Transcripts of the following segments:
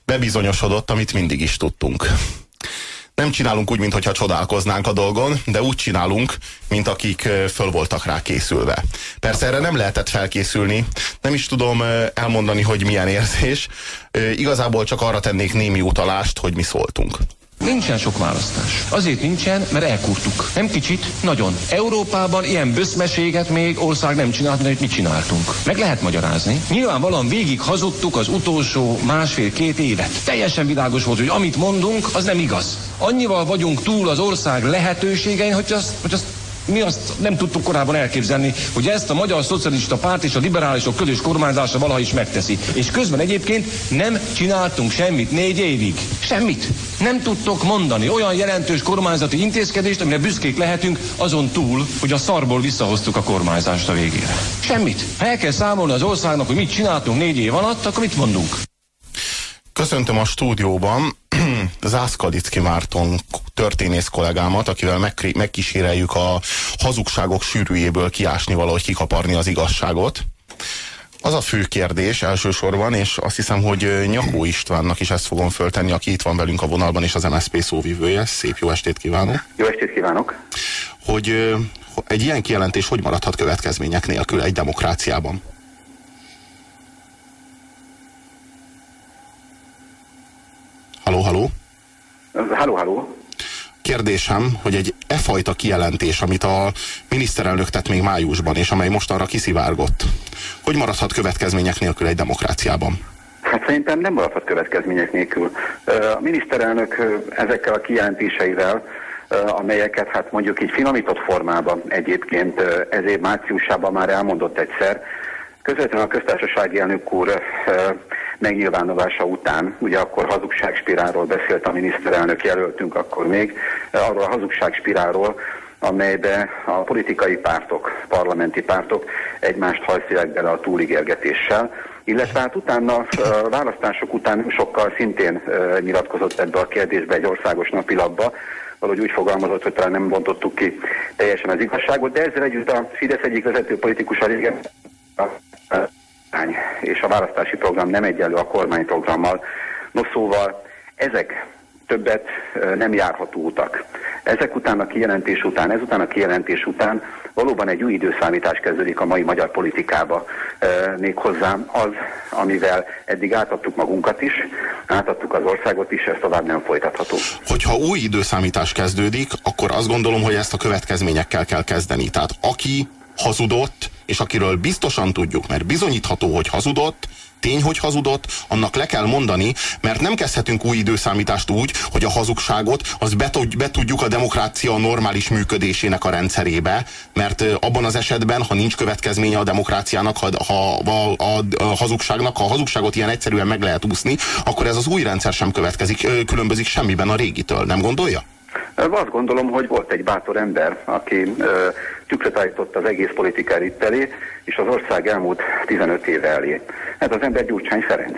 Bebizonyosodott, amit mindig is tudtunk. Nem csinálunk úgy, mintha csodálkoznánk a dolgon, de úgy csinálunk, mint akik föl voltak rá készülve. Persze erre nem lehetett felkészülni, nem is tudom elmondani, hogy milyen érzés. Igazából csak arra tennék némi utalást, hogy mi szóltunk. Nincsen sok választás. Azért nincsen, mert elkurtuk. Nem kicsit, nagyon. Európában ilyen böszmeséget még ország nem csinált, mint amit mi csináltunk. Meg lehet magyarázni. Nyilvánvalóan végig hazudtuk az utolsó 1,5-2 évet. Teljesen világos volt, hogy amit mondunk, az nem igaz. Annyival vagyunk túl az ország lehetőségein, hogy azt mi azt nem tudtuk korábban elképzelni, hogy ezt a Magyar Szocialista Párt és a liberálisok közös kormányzása valaha is megteszi. És közben egyébként nem csináltunk semmit 4 évig. Semmit. Nem tudtok mondani olyan jelentős kormányzati intézkedést, amire büszkék lehetünk, azon túl, hogy a szarból visszahoztuk a kormányzást a végére. Semmit. Ha el kell számolni az országnak, hogy mit csináltunk 4 év alatt, akkor mit mondunk? Köszöntöm a stúdióban Zászkalicki Márton történész kollégámat, akivel megkíséreljük a hazugságok sűrűjéből kiásni, valahogy kikaparni az igazságot. Az a fő kérdés elsősorban, és azt hiszem, hogy Nyakó Istvánnak is ezt fogom föltenni, aki itt van velünk a vonalban, és az MSZP szóvivője. Szép jó estét kívánok! Jó estét kívánok! Hogy egy ilyen kijelentés hogy maradhat következmények nélkül egy demokráciában? Halló, halló? Halló, halló? Kérdésem, hogy egy fajta kijelentés, amit a miniszterelnök tett még májusban, és amely mostanra kiszivárgott, hogy maradhat következmények nélkül egy demokráciában? Hát szerintem nem maradhat következmények nélkül. A miniszterelnök ezekkel a kijelentéseivel, amelyeket hát mondjuk így finomított formában egyébként ez év márciusában már elmondott egyszer, közvetlenül a köztársasági elnök úr megnyilvánulása után, ugye akkor hazugságspirálról beszélt a miniszterelnök jelöltünk akkor még, arról a hazugságspirálról, amelybe a politikai pártok, parlamenti pártok egymást hajszolják bele a túligérgetéssel, illetve hát utána, a választások után sokkal szintén nyilatkozott ebbe a kérdésbe egy országos napilapba, valahogy úgy fogalmazott, hogy talán nem bontottuk ki teljesen az igazságot, de ezzel együtt a Fidesz egyik vezető politikusa régen és a választási program nem egyenlő a kormányprogrammal. No szóval ezek többet nem járható utak. Ezek után a kijelentés után, ezután a kijelentés után valóban egy új időszámítás kezdődik a mai magyar politikába. Méghozzá az, amivel eddig átadtuk magunkat is, átadtuk az országot is, ez tovább nem folytatható. Hogyha új időszámítás kezdődik, akkor azt gondolom, hogy ezt a következményekkel kell kezdeni. Tehát aki hazudott, és akiről biztosan tudjuk, mert bizonyítható, hogy hazudott, tény, hogy hazudott, annak le kell mondani, mert nem kezdhetünk új időszámítást úgy, hogy a hazugságot azt be tudjuk a demokrácia normális működésének a rendszerébe, mert abban az esetben, ha nincs következménye a demokráciának, ha a hazugságnak, ha a hazugságot ilyen egyszerűen meg lehet úszni, akkor ez az új rendszer sem különbözik semmiben a régitől, nem gondolja? Azt gondolom, hogy volt egy bátor ember, aki tükröt állított az egész politika elit elé, és az ország elmúlt 15 éve elé. Ez az ember Gyurcsány Ferenc.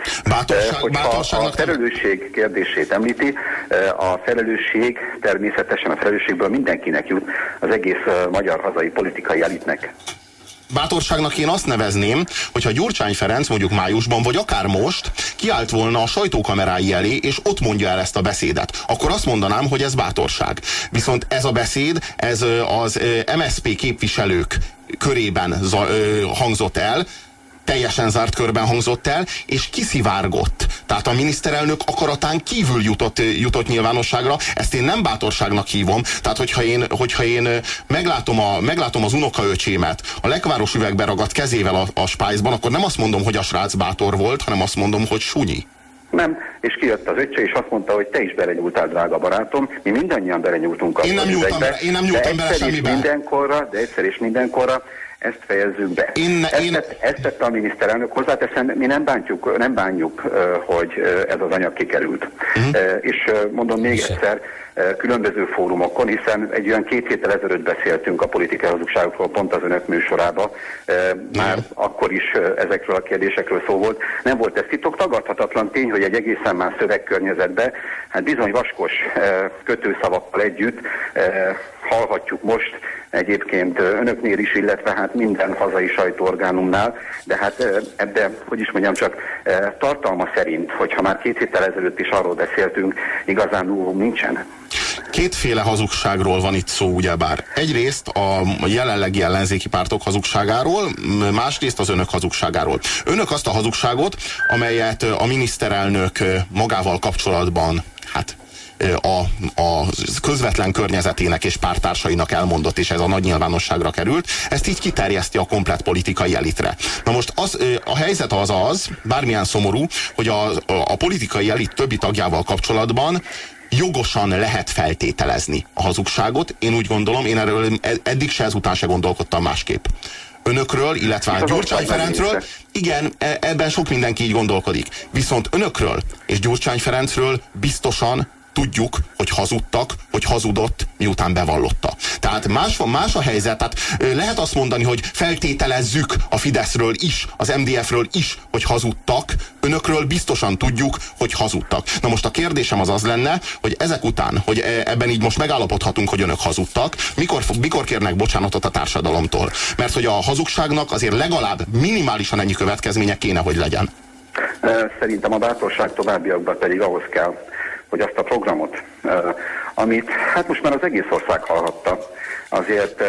A felelősség kérdését említi, a felelősség természetesen a felelősségből mindenkinek jut, az egész magyar hazai politikai elitnek. Bátorságnak én azt nevezném, hogyha Gyurcsány Ferenc mondjuk májusban, vagy akár most kiállt volna a sajtókamerái elé, és ott mondja el ezt a beszédet, akkor azt mondanám, hogy ez bátorság. Viszont ez a beszéd, ez az MSZP képviselők körében hangzott el, teljesen zárt körben hangzott el, és kiszivárgott. Tehát a miniszterelnök akaratán kívül jutott nyilvánosságra. Ezt én nem bátorságnak hívom. Tehát hogyha én meglátom az unokaöcsémet a lekváros üvegbe ragadt kezével a spájzban, akkor nem azt mondom, hogy a srác bátor volt, hanem azt mondom, hogy sunyi. Nem, és kijött az öccse, és azt mondta, hogy te is belenyúltál, drága barátom. Mi mindannyian belenyúltunk a üvegbe. Én nem nyúltam bele semmibe. De egyszer és mindenkorra ezt fejezzük be. Ezt tette a miniszterelnök, hozzáteszem, mi nem bánjuk, hogy ez az anyag kikerült. És mondom még egyszer, különböző fórumokon, hiszen egy olyan 2 héttel ezelőtt beszéltünk a politikai hazugságokról, pont az önök műsorában, már akkor is ezekről a kérdésekről szó volt. Nem volt ez titok, tagadhatatlan tény, hogy egy egészen más szövegkörnyezetben, hát bizony vaskos kötőszavakkal együtt hallhatjuk most egyébként önöknél is, illetve hát minden hazai sajtóorgánumnál, de hát ebben, hogy is mondjam, csak tartalma szerint, hogyha már 2 héttel ezelőtt is arról beszéltünk, igazán úrunk nincsen. Kétféle hazugságról van itt szó, ugyebár. Egyrészt a jelenlegi ellenzéki pártok hazugságáról, másrészt az önök hazugságáról. Önök azt a hazugságot, amelyet a miniszterelnök magával kapcsolatban, hát a közvetlen környezetének és pártársainak elmondott, és ez a nagy nyilvánosságra került, ezt így kiterjeszti a komplett politikai elitre. Na most a helyzet az, bármilyen szomorú, hogy a politikai elit többi tagjával kapcsolatban jogosan lehet feltételezni a hazugságot. Én úgy gondolom, én erről eddig se ezután se gondolkodtam másképp. Önökről, illetve a Gyurcsány Ferencről, igen, ebben sok mindenki így gondolkodik. Viszont önökről és Gyurcsány Ferencről biztosan tudjuk, hogy hazudtak, hogy hazudott, miután bevallotta. Tehát más a helyzet, tehát lehet azt mondani, hogy feltételezzük a Fideszről is, az MDF-ről is, hogy hazudtak, önökről biztosan tudjuk, hogy hazudtak. Na most a kérdésem az lenne, hogy ezek után, hogy ebben így most megállapodhatunk, hogy önök hazudtak, mikor kérnek bocsánatot a társadalomtól? Mert hogy a hazugságnak azért legalább minimálisan ennyi következménye kéne, hogy legyen. Szerintem a bátorság továbbiakban pedig ahhoz kell, hogy azt a programot, amit hát most már az egész ország hallhatta, azért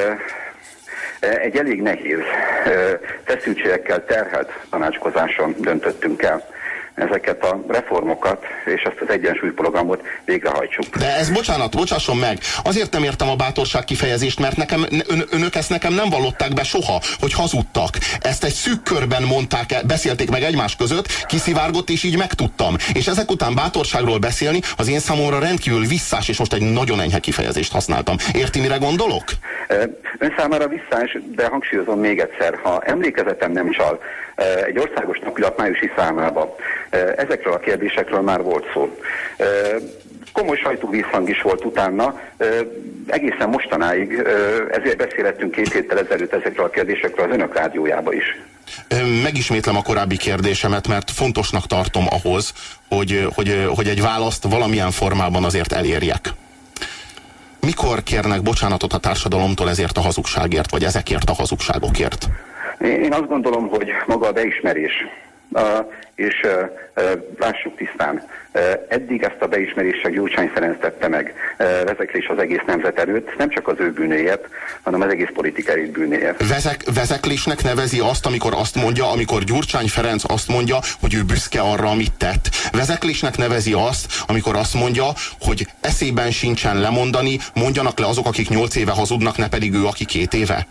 egy elég nehéz, feszültségekkel terhelt tanácskozáson döntöttünk el. Ezeket a reformokat és ezt az egyensúlyprogramot végrehajtsuk. De ez, bocsásson meg, azért nem értem a bátorság kifejezést, mert önök ezt nekem nem vallották be soha, hogy hazudtak. Ezt egy szűk körben mondták, beszélték meg egymás között, kiszivárgott, és így megtudtam. És ezek után bátorságról beszélni az én számomra rendkívül visszás, és most egy nagyon enyhe kifejezést használtam. Érti, mire gondolok? Ön számára visszás, de hangsúlyozom még egyszer, ha emlékezetem nem csal, egy országos napilap májusi számában ezekről a kérdésekről már volt szó. Komoly sajtóvízhang is volt utána, egészen mostanáig, ezért beszélhettünk 2 héttel ezelőtt ezekről a kérdésekről az önök rádiójába is. Megismétlem a korábbi kérdésemet, mert fontosnak tartom ahhoz, hogy egy választ valamilyen formában azért elérjek. Mikor kérnek bocsánatot a társadalomtól ezért a hazugságért, vagy ezekért a hazugságokért? Én azt gondolom, hogy maga a beismerés, és lássuk tisztán, eddig ezt a beismerést csak Gyurcsány Ferenc tette meg, vezeklés az egész nemzet előtt, nem csak az ő bűnéért, hanem az egész politikai bűnéért. Vezeklésnek nevezi azt, amikor Gyurcsány Ferenc azt mondja, hogy ő büszke arra, amit tett. Vezeklésnek nevezi azt, amikor azt mondja, hogy eszében sincsen lemondani, mondjanak le azok, akik 8 éve hazudnak, ne pedig ő, aki 2 éve.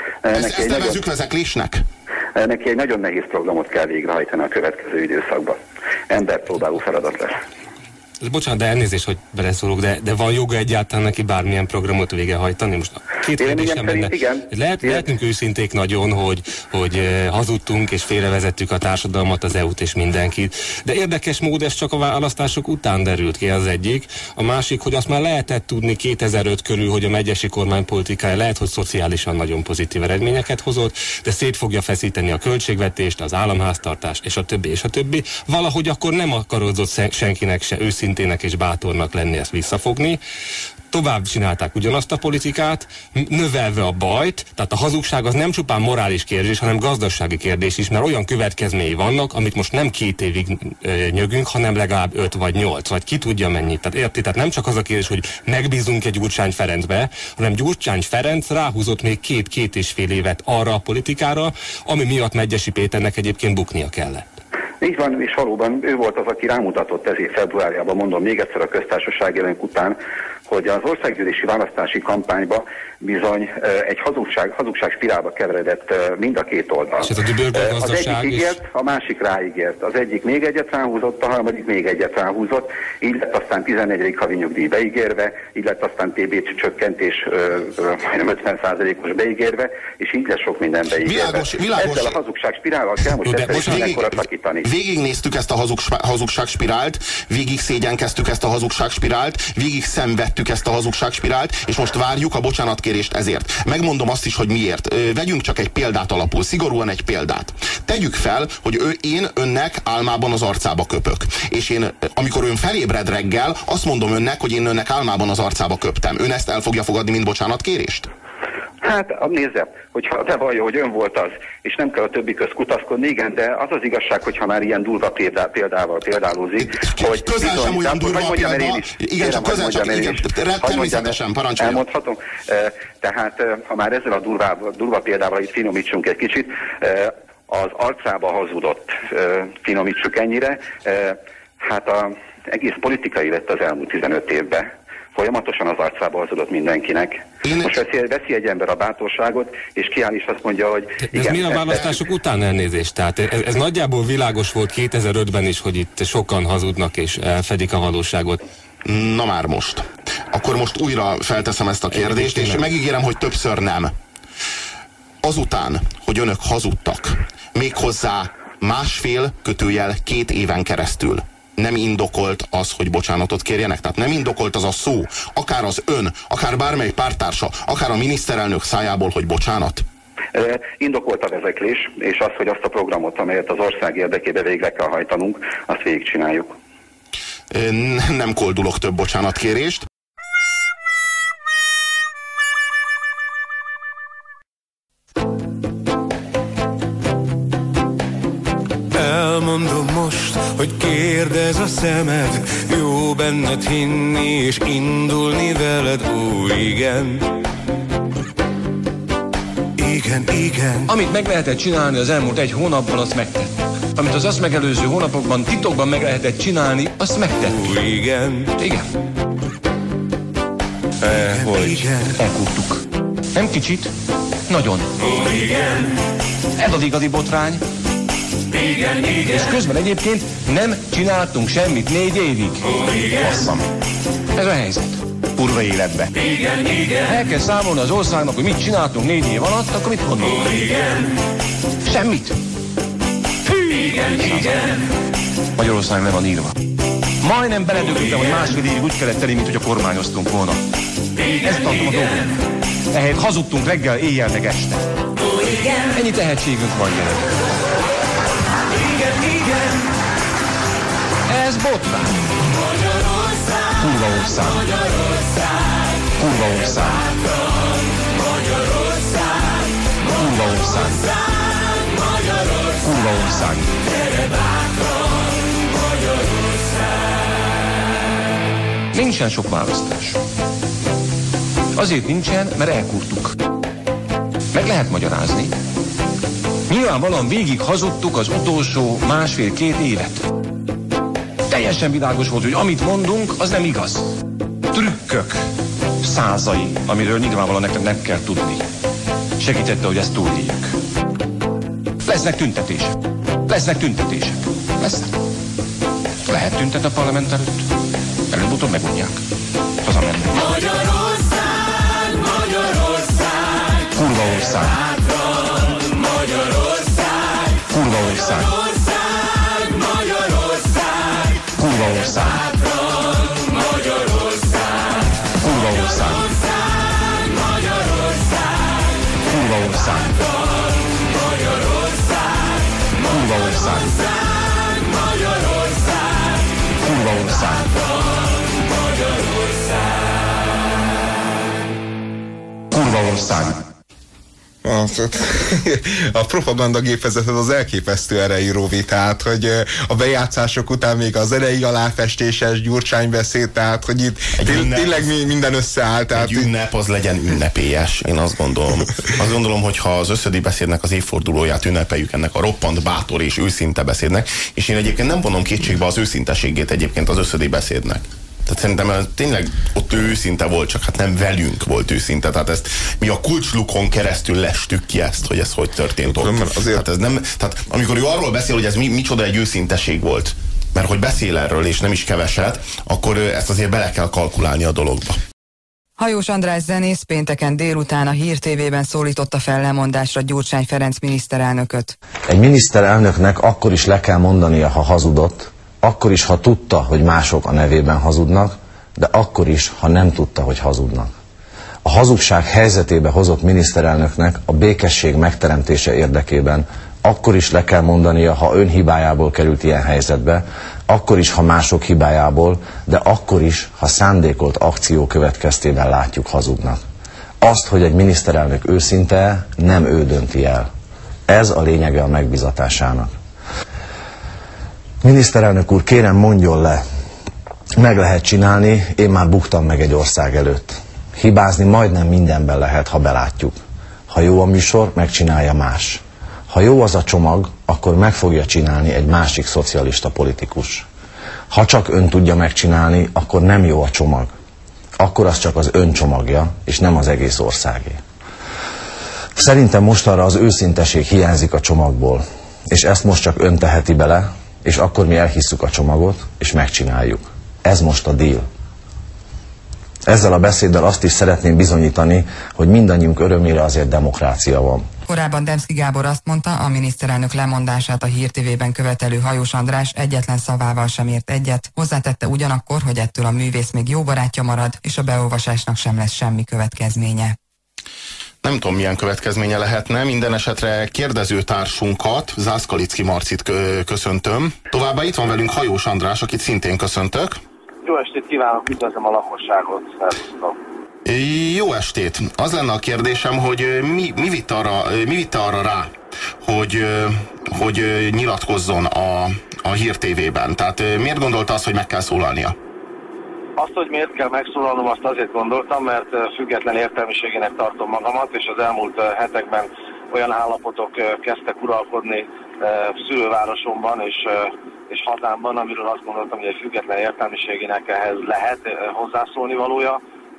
Ezt nevezzük vezeklésnek? Neki egy nagyon nehéz programot kell végrehajtani a következő időszakban. Emberpróbáló feladat lesz. Bocsánat, de elnézést, hogy beleszólok, de van joga egyáltalán neki bármilyen programot végrehajtani? Most 2 kérdésem lenne. Lehetünk őszinték nagyon, hogy hazudtunk és félrevezettük a társadalmat, az EU-t és mindenkit. De érdekes mód ez csak a választások után derült ki, az egyik. A másik, hogy azt már lehetett tudni 2005 körül, hogy a megyesi kormány politikája lehet, hogy szociálisan nagyon pozitív eredményeket hozott, de szét fogja feszíteni a költségvetést, az államháztartást, és a többi, és a többi. Valahogy akkor nem akarozott senkinek se őszintének és bátornak lenni ezt visszafogni. Tovább csinálták ugyanazt a politikát, növelve a bajt, tehát a hazugság az nem csupán morális kérdés, hanem gazdasági kérdés is, mert olyan következményei vannak, amit most nem 2 évig nyögünk, hanem legalább 5 vagy 8, vagy ki tudja mennyit. Tehát érti, tehát nem csak az a kérdés, hogy megbízunk egy Gyurcsány Ferencbe, hanem Gyurcsány Ferenc ráhúzott még 2-2,5 évet arra a politikára, ami miatt Medgyessy Péternek egyébként buknia kellett. Így van, és valóban ő volt az, aki rámutatott ez év februárjában, mondom még egyszer a köztársaság jelenk után, hogy az országgyűlési választási kampányba bizony egy hazugság spirálba keveredett mind a 2 oldal. És ez a az egyik ígért, a másik ráígért. Az egyik még egyet ráhúzott, a harmadik még egyet ráhúzott, így lett aztán 14. havi nyugdíj beígérve, így lett aztán TB csökkentés majdnem 50%-os beígérve, és így lesz sok minden beígérve. Világos. Ezzel a hazugság spirállal kell most mindenkorat szakítani. Végignéztük ezt a hazugság spirált, végig szégyenkeztük ezt a hazugság spirált, végig szenvedtük befejeztük ezt a hazugságspirált, és most várjuk a bocsánatkérést ezért. Megmondom azt is, hogy miért. Vegyünk csak egy példát alapul, szigorúan egy példát. Tegyük fel, hogy én önnek álmában az arcába köpök. És én, amikor ön felébred reggel, azt mondom önnek, hogy én önnek álmában az arcába köptem. Ön ezt el fogja fogadni, mint bocsánatkérést? Hát nézze, hogyha bevallja, hogy ön volt az, és nem kell a többi közt kutaszkodni, igen, de az az igazság, hogyha már ilyen durva példával példálózik, hogy közel sem olyan durva a példa. Igen, csak közel sem, igen, természetesen, parancsolja. Elmondhatom. Tehát, ha már ezzel a durva példával itt finomítsunk egy kicsit, az arcába hazudott finomítsuk ennyire, hát az egész politikai lett az elmúlt 15 évben. Folyamatosan az arcába hazudott mindenkinek. Most veszi egy ember a bátorságot, és kiáll is azt mondja, hogy... Ez mi a választások után elnézést? Tehát ez nagyjából világos volt 2005-ben is, hogy itt sokan hazudnak és elfedik a valóságot. Na már most. Akkor most újra felteszem ezt a kérdést, és megígérem, hogy többször nem. Azután, hogy önök hazudtak, méghozzá 1,5-2 éven keresztül, nem indokolt az, hogy bocsánatot kérjenek? Tehát nem indokolt az a szó, akár az ön, akár bármely párttársa, akár a miniszterelnök szájából, hogy bocsánat? Indokolt a vezeklés, és az, hogy azt a programot, amelyet az ország érdekében végre kell hajtanunk, azt végigcsináljuk. Nem koldulok több bocsánatkérést. Elmondom most, hogy kérdez a szemed, jó benned hinni és indulni veled, ó igen. Igen, igen. Amit meg lehetett csinálni az elmúlt 1 hónapban, azt megtettük. Amit az azt megelőző hónapokban titokban meg lehetett csinálni, azt megtettük. Ó igen. Igen. Igen. Elkúrtuk. Nem kicsit, nagyon. Ó igen. Ez az igazi botrány. Igen, igen. És közben egyébként nem csináltunk semmit 4 évig. Ó igen. Basszam. Ez a helyzet. Kurva életbe. Igen, igen. El kell számolni az országnak, hogy mit csináltunk 4 év alatt, akkor mit gondolunk? Ó igen. Semmit. Igen, igen. Magyarország le van írva. Majdnem beledögültem, hogy 1,5 évig úgy kellett tenni, mint hogy a kormányoztunk volna. Ezt tartom a dolgom. Ehelyett hazudtunk reggel, éjjel meg este. Ennyi tehetségünk van, gyerekek. Ez botrány. Kurva ország. Kurva ország. Kurva ország. Kurva ország. Nincsen sok választás. Azért nincsen, mert elkurtuk. Meg lehet magyarázni. Nyilvánvalóan végig hazudtuk az utolsó 1,5-2 évet. Teljesen világos volt, hogy amit mondunk, az nem igaz. Trükkök százai, amiről nyilvánvalóan nektek nem kell tudni. Segítette, hogy ezt túléljük. Lesznek tüntetések. Lesznek tüntetések. Lesznek. Lehet tüntetni a parlament előtt. Előbb-utóbb megunják. Hazamenni. Magyarország, Magyarország. Kurva ország. Magyarország. Kurva ország. Kurva ország. Kurva ország. Kurva ország. Kurva ország. Kurva ország. Kurva ország. A propagandagépezeted az elképesztő erejű, Robi, tehát, hogy a bejátszások után még az erei aláfestéses Gyurcsány-beszéd, tehát, hogy itt tényleg minden összeáll. Tehát egy ünnep az legyen ünnepélyes, én azt gondolom. Azt gondolom, hogy ha az összödi beszédnek az évfordulóját ünnepeljük ennek a roppant bátor és őszinte beszédnek, és én egyébként nem vonom kétségbe az őszinteségét egyébként az összödi beszédnek. Tehát szerintem tényleg ott őszinte volt, csak hát nem velünk volt őszinte. Tehát ezt mi a kulcslukon keresztül lestük ki ezt, hogy ez hogy történt ott. Tehát ez nem, tehát amikor ő arról beszél, hogy ez micsoda egy őszinteség volt, mert hogy beszél erről, és nem is keveset, akkor ezt azért bele kell kalkulálni a dologba. Hajós András zenész pénteken délután a Hír TV-ben szólította fel lemondásra Gyurcsány Ferenc miniszterelnököt. Egy miniszterelnöknek akkor is le kell mondania, ha hazudott, akkor is, ha tudta, hogy mások a nevében hazudnak, de akkor is, ha nem tudta, hogy hazudnak. A hazugság helyzetébe hozott miniszterelnöknek a békesség megteremtése érdekében akkor is le kell mondania, ha ön hibájából került ilyen helyzetbe, akkor is, ha mások hibájából, de akkor is, ha szándékolt akció következtében látjuk hazugnak. Azt, hogy egy miniszterelnök őszinte, nem ő dönti el. Ez a lényege a megbizatásának. Miniszterelnök úr, kérem, mondjon le. Meg lehet csinálni, én már buktam meg egy ország előtt. Hibázni majdnem mindenben lehet, ha belátjuk. Ha jó a műsor, megcsinálja más. Ha jó az a csomag, akkor meg fogja csinálni egy másik szocialista politikus. Ha csak ön tudja megcsinálni, akkor nem jó a csomag. Akkor az csak az ön csomagja, és nem az egész országé. Szerintem mostanra az őszinteség hiányzik a csomagból, és ezt most csak ön teheti bele, és akkor mi elhisszük a csomagot, és megcsináljuk. Ez most a deal. Ezzel a beszéddel azt is szeretném bizonyítani, hogy mindannyiunk örömére azért demokrácia van. Korábban Demszky Gábor azt mondta, a miniszterelnök lemondását a Hír TV-ben követelő Hajós András egyetlen szavával sem ért egyet. Hozzátette ugyanakkor, hogy ettől a művész még jó barátja marad, és a beolvasásnak sem lesz semmi következménye. Nem tudom, milyen következménye lehetne. Minden esetre kérdezőtársunkat, Zászkalicki Marcit köszöntöm. Továbbá itt van velünk Hajós András, akit szintén köszöntök. Jó estét kívánok, üdvözlöm a lakosságot. Szervusztok. Jó estét. Az lenne a kérdésem, hogy mi vitte arra rá, hogy nyilatkozzon a Hír TV-ben? Tehát miért gondolta azt, hogy meg kell szólalnia? Azt, hogy miért kell megszólalnom, azt azért gondoltam, mert független értelmiségének tartom magamat, és az elmúlt hetekben olyan állapotok kezdtek uralkodni szülővárosomban és hazámban, amiről azt gondoltam, hogy egy független értelmiségének ehhez lehet hozzászólni valója.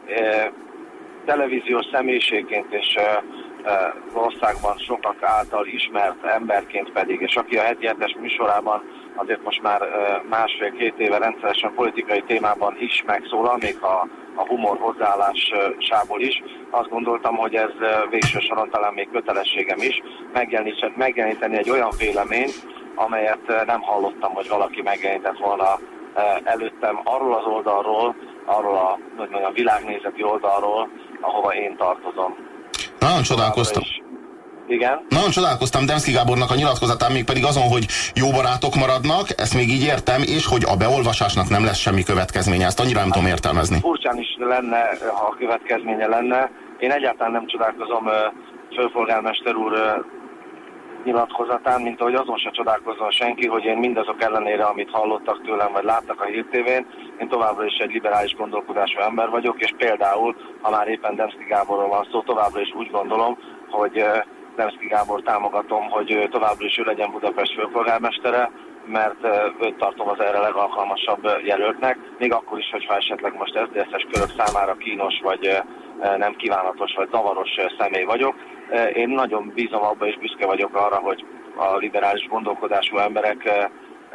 Televíziós személyiségként és országban sokak által ismert emberként pedig, és aki a heti hetes műsorában azért most már másfél-két éve rendszeresen politikai témában is megszólal, még a humor hozzáállásából is. Azt gondoltam, hogy ez végső soron talán még kötelességem is, megjeleníteni egy olyan véleményt, amelyet nem hallottam, hogy valaki megjelenített volna előttem arról az oldalról, arról a világnézeti oldalról, ahova én tartozom. Nagyon csodálkoztam. Igen? Nagyon csodálkoztam Demszky Gábornak a nyilatkozatán, még pedig azon, hogy jó barátok maradnak, ezt még így értem, és hogy a beolvasásnak nem lesz semmi következménye. Ezt annyira nem tudom értelmezni. Furcsán is lenne, ha a következménye lenne. Én egyáltalán nem csodálkozom főpolgármester úr nyilatkozatán, mint ahogy azon se csodálkozzon senki, hogy én mindazok ellenére, amit hallottak tőlem, vagy láttak a Hír TV-n, én továbbra is egy liberális gondolkodású ember vagyok, és például, ha már éppen Demszky Gáborról van szó, továbbra is úgy gondolom, hogy Demszky Gábor támogatom, hogy továbbra is ő legyen Budapest főpolgármestere, mert őt tartom az erre legalkalmasabb jelöltnek, még akkor is, hogyha esetleg most SZDSZ-es körök számára kínos, vagy nem kívánatos, vagy zavaros személy vagyok. Én nagyon bízom abba, és büszke vagyok arra, hogy a liberális gondolkodású emberek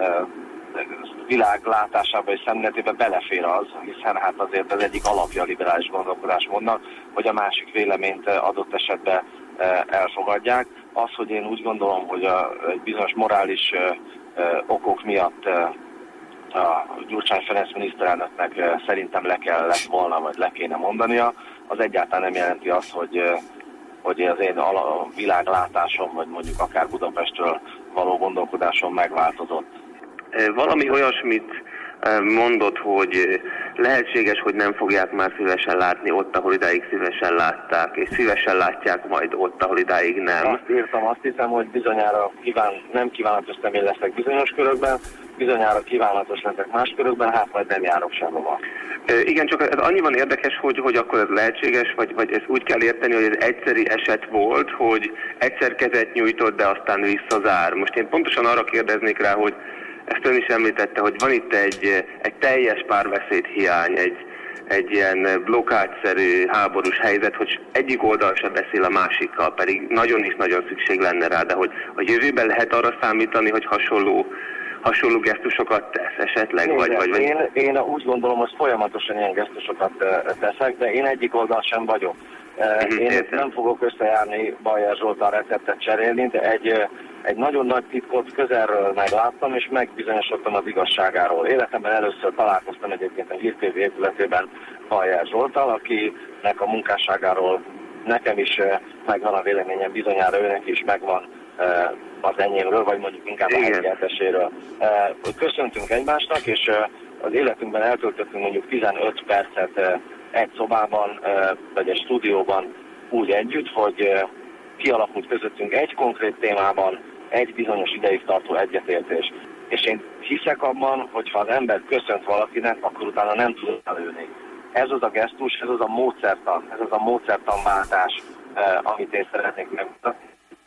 világlátásába és szemléletébe belefér az, hiszen hát azért az egyik alapja a liberális gondolkodásmódnak, hogy a másik véleményt adott esetben elfogadják. Az, hogy én úgy gondolom, hogy egy bizonyos morális okok miatt a Gyurcsány Ferenc miniszterelnöknek szerintem le kellett volna, vagy le kéne mondania, az egyáltalán nem jelenti azt, hogy az én világlátásom, vagy mondjuk akár Budapestről való gondolkodásom megváltozott. Valami olyasmit mondott, hogy lehetséges, hogy nem fogják már szívesen látni ott, ahol idáig szívesen látták, és szívesen látják majd ott, ahol idáig nem. Azt írtam, azt hiszem, hogy bizonyára nem kívánatos személy leszek bizonyos körökben, bizonyára kívánatos leszek más körökben, hát majd nem járok sehova. Igen, csak ez annyiban érdekes, hogy akkor ez lehetséges, vagy ezt úgy kell érteni, hogy ez egyszeri eset volt, hogy egyszer kezet nyújtott, de aztán visszazár. Most én pontosan arra kérdeznék rá, hogy ezt ön is említette, hogy van itt egy teljes párbeszéd hiány, egy ilyen blokkádszerű háborús helyzet, hogy egyik oldal sem beszél a másikkal, pedig nagyon is nagyon szükség lenne rá, de hogy a jövőben lehet arra számítani, hogy hasonló gesztusokat tesz esetleg? Vagy... Én úgy gondolom, hogy folyamatosan ilyen gesztusokat teszek, de én egyik oldal sem vagyok. Én nem fogok összejárni Bajer Zsoltán receptet cserélni, de egy nagyon nagy titkot közelről megláttam, és megbizonyosodtam az igazságáról. Életemben először találkoztam egyébként a Hír TV épületében Bajer Zsolttal, akinek a munkásságáról nekem is megvan a véleményem, bizonyára őnek is megvan az enyémről, vagy mondjuk inkább a helykelteséről. Köszöntünk egymásnak, és az életünkben eltöltöttünk mondjuk 15 percet egy szobában, vagy egy stúdióban úgy együtt, hogy kialakult közöttünk egy konkrét témában egy bizonyos ideig tartó egyetértés. És én hiszek abban, hogy ha az ember köszönt valakinek, akkor utána nem tud előni. Ez az a gesztus, ez az a módszertan, ez az a módszertanváltás, amit én szeretnék megmutatni.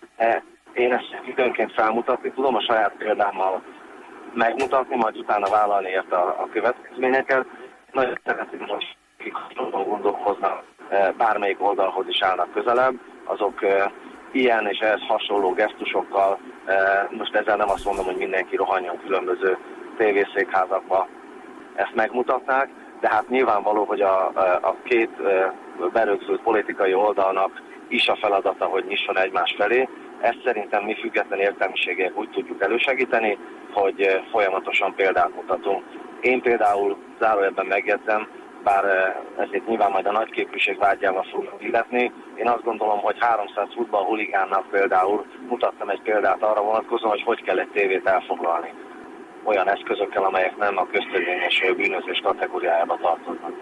Én ezt időnként felmutatni tudom, a saját példámmal megmutatni, majd utána vállalni érte a következményeket. Nagyon szeretném, hogy akik gondolkoznak, bármelyik oldalhoz is állnak közelebb, azok ilyen és ehhez hasonló gesztusokkal, most ezzel nem azt mondom, hogy mindenki rohanjon különböző tévészékházakba, ezt megmutatnák, de hát nyilvánvaló, hogy a két berögzült politikai oldalnak is a feladata, hogy nyisson egymás felé. Ezt szerintem mi független értelmiségek úgy tudjuk elősegíteni, hogy folyamatosan példát mutatunk. Én például zárójelben megjegyzem, bár ezért nyilván majd a nagyképűség vágyával fognak illetni. Én azt gondolom, hogy 300 futballhuligánnak például mutattam egy példát arra vonatkozóan, hogy kell egy tévét elfoglalni. Olyan eszközökkel, amelyek nem a köztörvényes bűnözés kategóriájába tartoznak.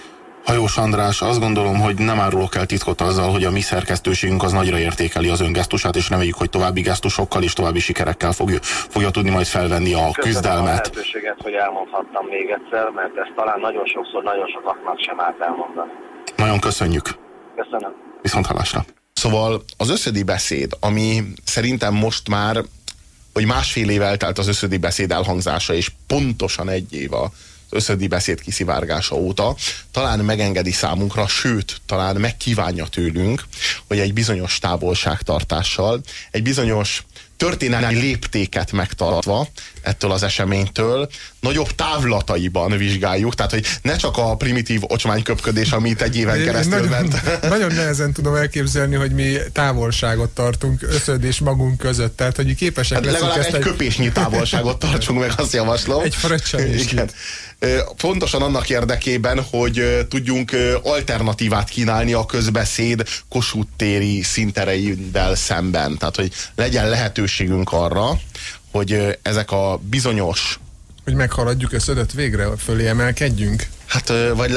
Hajós András, azt gondolom, hogy nem árulok el titkot azzal, hogy a mi szerkesztőségünk az nagyra értékeli az ön gesztusát, és reméljük, hogy további gesztusokkal és további sikerekkel fogja tudni majd felvenni a küzdelmet. Köszönöm a lehetőséget, hogy elmondhattam még egyszer, mert ezt talán nagyon sokszor, nagyon sokaknak sem árt elmondani. Nagyon köszönjük. Köszönöm. Viszonthallásra. Szóval az összödi beszéd, ami szerintem most már, hogy másfél év eltelt az összödi beszéd elhangzása, és pontosan egy év az összödi beszéd kiszivárgása óta, talán megengedi számunkra, sőt, talán megkívánja tőlünk, hogy egy bizonyos távolságtartással, egy bizonyos történelmi léptéket megtartva ettől az eseménytől, nagyobb távlataiban vizsgáljuk, tehát hogy ne csak a primitív ocsmányköpködés, amit egy éven keresztül ment. Nagyon nehezen tudom elképzelni, hogy mi távolságot tartunk összöd és magunk között, tehát hogy képesek leszünk legalább egy köpésnyi távolságot tartsunk meg, azt javaslom. Egy fröccsenésnyit. Pontosan annak érdekében, hogy tudjunk alternatívát kínálni a közbeszéd Kossuth téri színtereiddel szemben. Tehát, hogy legyen lehetőségünk arra, hogy ezek a bizonyos... Hogy meghaladjuk összödöt végre, fölé emelkedjünk? Hát, vagy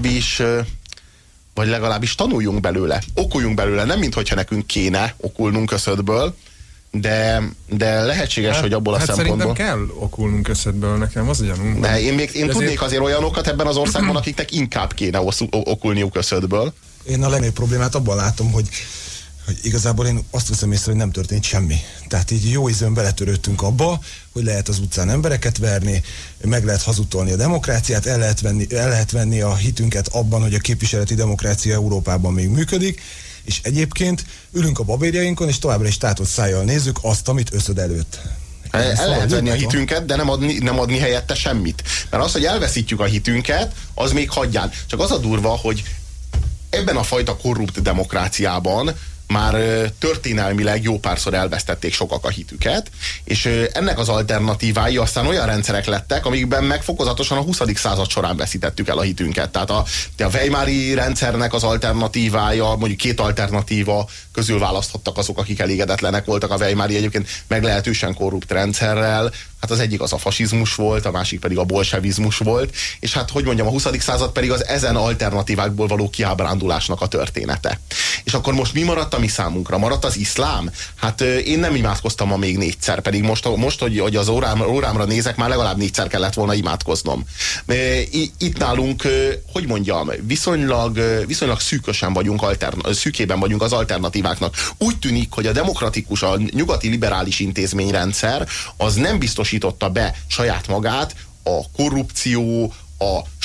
legalábbis tanuljunk belőle, okuljunk belőle. Nem minthogyha nekünk kéne okulnunk összödből, de lehetséges, hogy abból a szempontból... szerintem kell okulnunk összödből, nekem az ugyanúgy. De én tudnék azért olyanokat ebben az országban, akiknek inkább kéne okulniuk összödből. Én a legnagyobb problémát abban látom, hogy igazából én azt veszem észre, hogy nem történt semmi. Tehát így jó ízűen beletörődtünk abba, hogy lehet az utcán embereket verni, meg lehet hazudtolni a demokráciát, el lehet venni a hitünket abban, hogy a képviseleti demokrácia Európában még működik, és egyébként ülünk a babérjainkon, és továbbra is tátott szájjal nézzük azt, amit összöd előtt. El lehet venni a hitünket, de nem adni helyette semmit. Mert az, hogy elveszítjük a hitünket, az még hagyján. Csak az a durva, hogy ebben a fajta korrupt demokráciában már történelmileg jó párszor elvesztették sokak a hitüket, és ennek az alternatívái aztán olyan rendszerek lettek, amikben meg fokozatosan a 20. század során veszítettük el a hitünket. Tehát a Weimári rendszernek az alternatívája, mondjuk két alternatíva közül választhattak azok, akik elégedetlenek voltak a Weimári egyébként meglehetősen korrupt rendszerrel. Hát az egyik az a fasizmus volt, a másik pedig a bolsevizmus volt, és hát hogy mondjam, a 20. század pedig az ezen alternatívákból való kiábrándulásnak a története. És akkor most mi maradt a mi számunkra? Maradt az iszlám? Hát én nem imádkoztam ma még 4-szer, pedig most hogy az órámra nézek, már legalább 4-szer kellett volna imádkoznom. Itt nálunk, hogy mondjam, viszonylag szűkösen vagyunk, szűkében vagyunk az alternatíváknak. Úgy tűnik, hogy a demokratikus, a nyugati liberális intézményrendszer az nem biztosította be saját magát a korrupció, a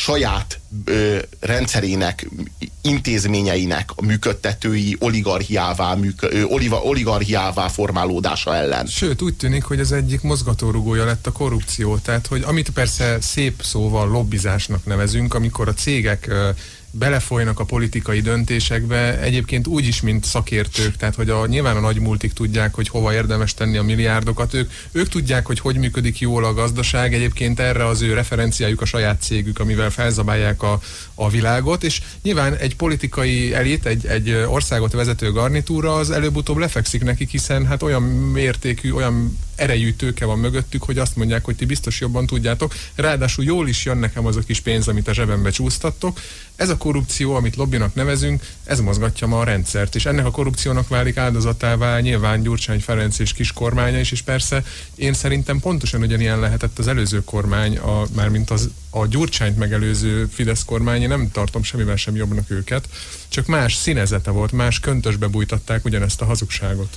saját rendszerének, intézményeinek a működtetői oligarchiává formálódása ellen. Sőt, úgy tűnik, hogy az egyik mozgatórugója lett a korrupció. Tehát, hogy amit persze szép szóval lobbizásnak nevezünk, amikor a cégek belefolynak a politikai döntésekbe, egyébként úgy is, mint szakértők, tehát hogy nyilván a nagy multik tudják, hogy hova érdemes tenni a milliárdokat, ők tudják, hogy működik jól a gazdaság, egyébként erre az ő referenciájuk a saját cégük, amivel felzabálják a világot, és nyilván egy politikai elit, egy országot vezető garnitúra az előbb-utóbb lefekszik nekik, hiszen hát olyan mértékű, olyan erejű tőke van mögöttük, hogy azt mondják, hogy ti biztos jobban tudjátok, ráadásul jól is jön nekem az a kis pénz, amit a zsebembe csúsztattok. Ez a korrupció, amit lobbinak nevezünk, ez mozgatja ma a rendszert, és ennek a korrupciónak válik áldozatává nyilván Gyurcsány Ferenc és kis kormánya is, és persze én szerintem pontosan ugyanilyen lehetett az előző kormány, mármint a Gyurcsányt megelőző Fidesz kormány, én nem tartom semmivel sem jobbnak őket, csak más színezete volt, más köntösbe bújtatták ugyanezt a hazugságot.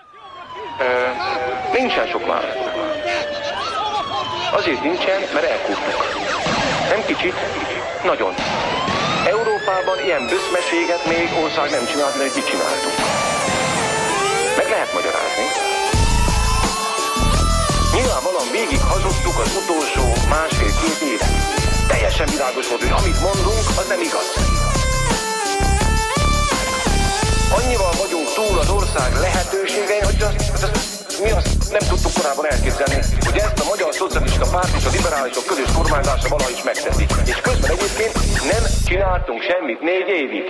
Nincsen sok válasz. Azért nincsen, mert elkúrtuk. Nem kicsit, nagyon. Európában ilyen böszmeséget még ország nem csinált, mert mit csináltunk. Meg lehet magyarázni. Nyilvánvalóan végig hazudtuk az utolsó másfél-két évet. Teljesen világos volt, hogy amit mondunk, az nem igaz. Annyival vagyunk túl az ország lehetőségein, hogy mi azt nem tudtuk korábban elképzelni, hogy ezt a Magyar Szocialista Párt és a liberálisok közös kormányzása valahogy is megteszik. És közben egyébként nem csináltunk semmit 4 évig.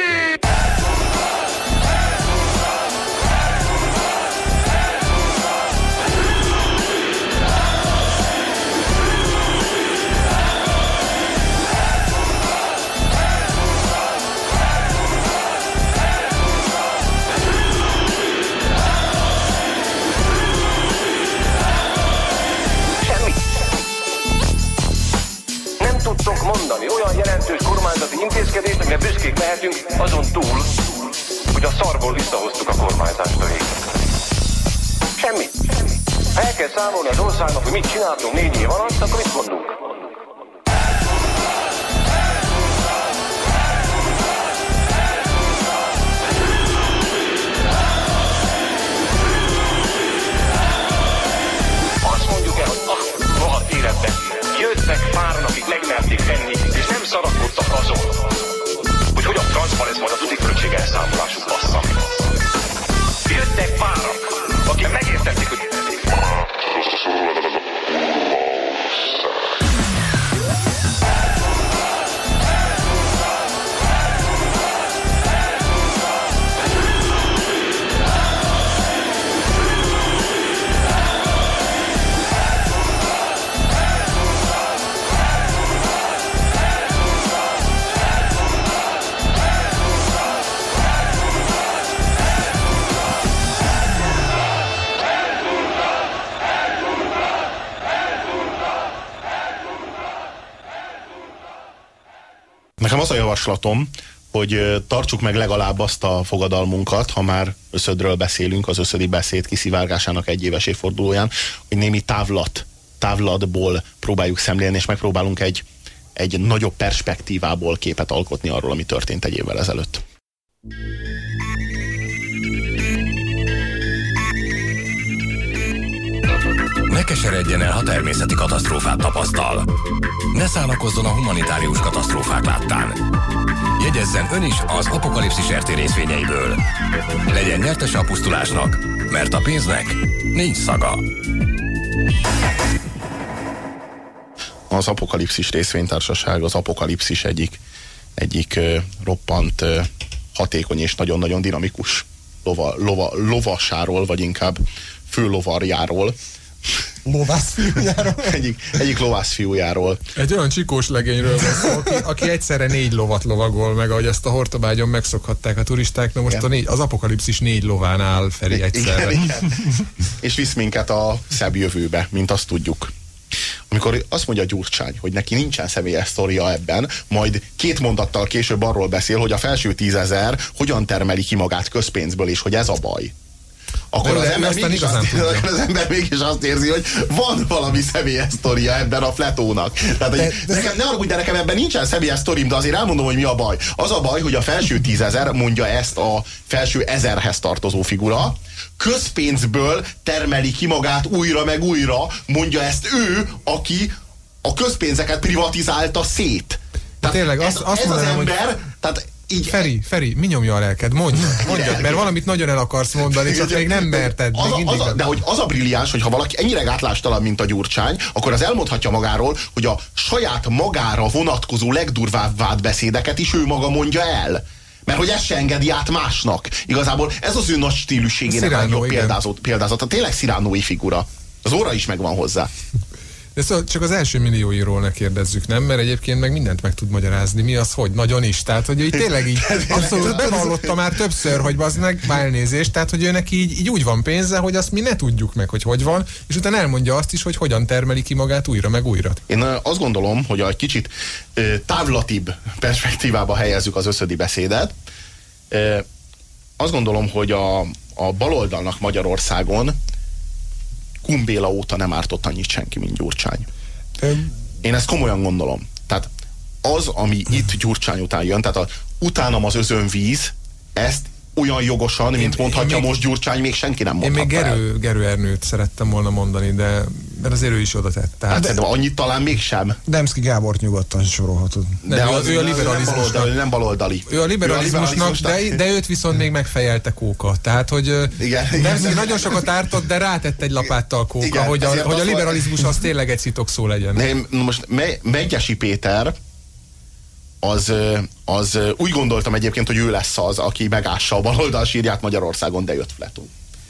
Tudtok mondani olyan jelentős kormányzati intézkedést, amire büszkék lehetünk azon túl, hogy a szarból visszahoztuk a kormányzást a végén. Semmi. Ha el kell számolni az országnak, hogy mit csináltunk 4 év alatt, akkor mit mondunk? Azt mondjuk el, hogy rohadt életben jöttek páran, akik megmerték tenni, és nem szarakodtak azon, hogy hogyan transzparens majd a tudik-fröccség elszámolásuk bassza. Jöttek páran, akik megértették, hogy Nekem az a javaslatom, hogy tartsuk meg legalább azt a fogadalmunkat, ha már összödről beszélünk, az összödi beszéd kiszivárgásának 1 éves évfordulóján, hogy némi távlatból próbáljuk szemlélni, és megpróbálunk egy nagyobb perspektívából képet alkotni arról, ami történt 1 évvel ezelőtt. Ne keseredjen el, ha természeti katasztrófát tapasztal. Ne szánakozzon a humanitárius katasztrófák láttán. Jegyezzen ön is az Apokalipszis RT részvényeiből. Legyen nyertese a pusztulásnak, mert a pénznek nincs szaga. Az Apokalipszis részvénytársaság az Apokalipszis egyik roppant hatékony és nagyon-nagyon dinamikus lovasáról, vagy inkább főlovarjáról. Lovászfiújáról? Egyik lovászfiújáról. Egy olyan csikós legényről van szó, aki egyszerre 4 lovat lovagol meg, ahogy ezt a Hortobágyon megszokhatták a turisták, na most az Apokalipszis 4 lován áll Feri egyszerre. Igen. És visz minket a szebb jövőbe, mint azt tudjuk. Amikor azt mondja Gyurcsány, hogy neki nincsen személyes sztoria ebben, majd 2 mondattal később arról beszél, hogy a felső 10 000 hogyan termeli ki magát közpénzből, és hogy ez a baj. akkor az ember mégis azt érzi, hogy van valami személyes sztoria ebben a Fletónak. Tehát, nekem ebben nincsen személyes sztorim, de azért elmondom, hogy mi a baj. Az a baj, hogy a felső 10 000, mondja ezt a felső 1000-hez tartozó figura, közpénzből termeli ki magát újra meg újra, mondja ezt ő, aki a közpénzeket privatizálta szét. Tehát tényleg, azt mondanám, az ember, hogy... tehát így... Feri, mi nyomja a lelked? Mondjad, mert valamit nagyon el akarsz mondani, csak még nem merted. De hogy az a brilliáns, hogy ha valaki ennyire gátlástalan, mint a Gyurcsány, akkor az elmondhatja magáról, hogy a saját magára vonatkozó legdurvább vádbeszédeket is ő maga mondja el. Mert hogy ezt se engedi át másnak. Igazából ez az ő nagy stílusségének a legjobb példázata. Tényleg Cyrano-i figura. Az óra is megvan hozzá. De szóval csak az első millióiról ne kérdezzük, nem? Mert egyébként meg mindent meg tud magyarázni. Mi az, hogy? Nagyon is. Tehát, hogy ő tényleg így abszolút bevallotta már többször, hogy az meg elnézést. Tehát, hogy őnek így úgy van pénze, hogy azt mi ne tudjuk meg, hogy van, és utána elmondja azt is, hogy hogyan termeli ki magát újra meg újra. Én azt gondolom, hogy egy kicsit távlatibb perspektívába helyezzük az összödi beszédet. Azt gondolom, hogy a baloldalnak Magyarországon Kumbéla óta nem ártott annyit senki, mint Gyurcsány. Én ezt komolyan gondolom. Tehát az, ami itt Gyurcsány után jön, tehát utánam az özönvíz, ezt olyan jogosan, mint mondhatja most Gyurcsány, még senki nem mondhatta el. Én még Gerő Ernőt szerettem volna mondani, de mert azért ő is oda tett. Tehát de annyit talán mégsem. Demszki Gábort nyugodtan sorolhatod. De ő a liberalizmusnak. Nem baloldali. Ő a liberalizmusnak, de őt viszont még megfejelte Kóka. Tehát, hogy Demszki nagyon sokat ártott, de rátett egy lapáttal Kóka, igen, hogy a liberalizmus az tényleg egy szitokszó legyen. Most Megyesi Péter az úgy gondoltam egyébként, hogy ő lesz az, aki megássa a baloldal sírját Magyarországon, de jött Fletó.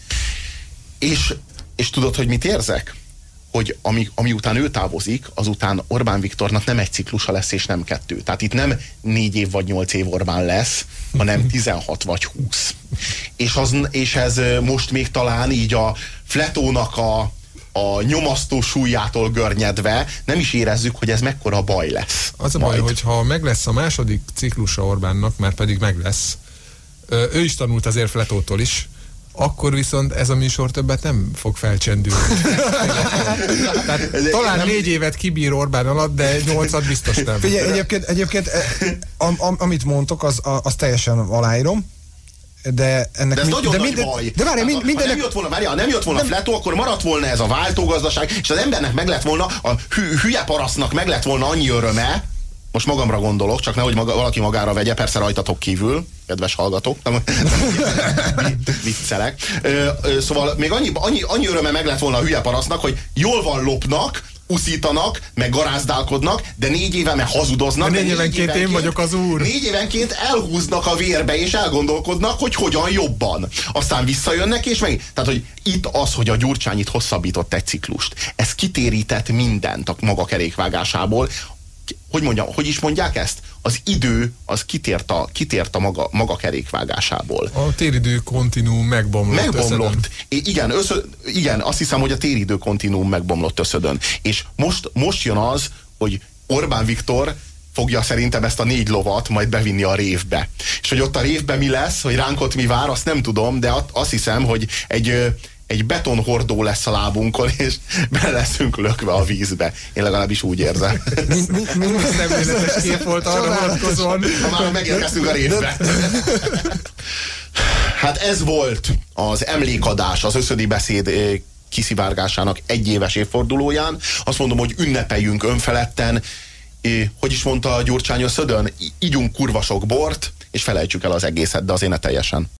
És tudod, hogy mit érzek? Hogy ami után ő távozik, azután Orbán Viktornak nem egy ciklusa lesz, és nem 2. Tehát itt nem 4 év vagy 8 év Orbán lesz, hanem 16 vagy 20. És ez most még talán így a Fletónak a nyomasztó súlyától görnyedve nem is érezzük, hogy ez mekkora baj lesz. Az a baj, hogyha meg lesz a második ciklusa Orbánnak, már pedig meg lesz, ő is tanult azért Fletótól is, akkor viszont ez a műsor többet nem fog felcsendülni. Tehát talán 4 évet kibír Orbán alatt, de 8-at biztos nem. Figyelj, egyébként amit mondtok, az teljesen aláírom. De ennek ez nagyon nagy baj. De várj, mindennek... Ha nem jött volna Fletó, akkor maradt volna ez a váltógazdaság, és az embernek meg lett volna, a hülye parasztnak meg lett volna annyi öröme, most magamra gondolok, csak nehogy valaki magára vegye, persze rajtatok kívül, kedves hallgatók, viccelek. Szóval még annyi öröme meg lett volna a hülye parasztnak, hogy jól van lopnak, uszítanak, meg garázdálkodnak, de 4 éve meg hazudoznak. 4 évenként én vagyok az úr. 4 évenként elhúznak a vérbe, és elgondolkodnak, hogy hogyan jobban. Aztán visszajönnek, és meg... Tehát, hogy itt az, hogy a Gyurcsány itt hosszabbított egy ciklust, ez kitérített mindent a maga kerékvágásából. Hogy is mondják ezt? Az idő, az kitért a maga kerékvágásából. A téridő kontinuum megbomlott. Igen, azt hiszem, hogy a téridő kontinuum megbomlott összödön. És most jön az, hogy Orbán Viktor fogja szerintem ezt a 4 lovat majd bevinni a révbe. És hogy ott a révbe mi lesz, hogy ránk ott mi vár, azt nem tudom, de azt hiszem, hogy egy betonhordó lesz a lábunkon, és bele leszünk lökve a vízbe. Én legalábbis úgy érzem. Milyen szemléletes kép volt arra vonatkozóan. Ha már megérkeztünk a révbe. Hát ez volt az emlékadás, az összödi beszéd kiszivárgásának 1 éves évfordulóján. Azt mondom, hogy ünnepeljünk önfeledten. Hogy is mondta Gyurcsány összödön? Igyunk kurva sok bort, és felejtsük el az egészet, de azért ne teljesen.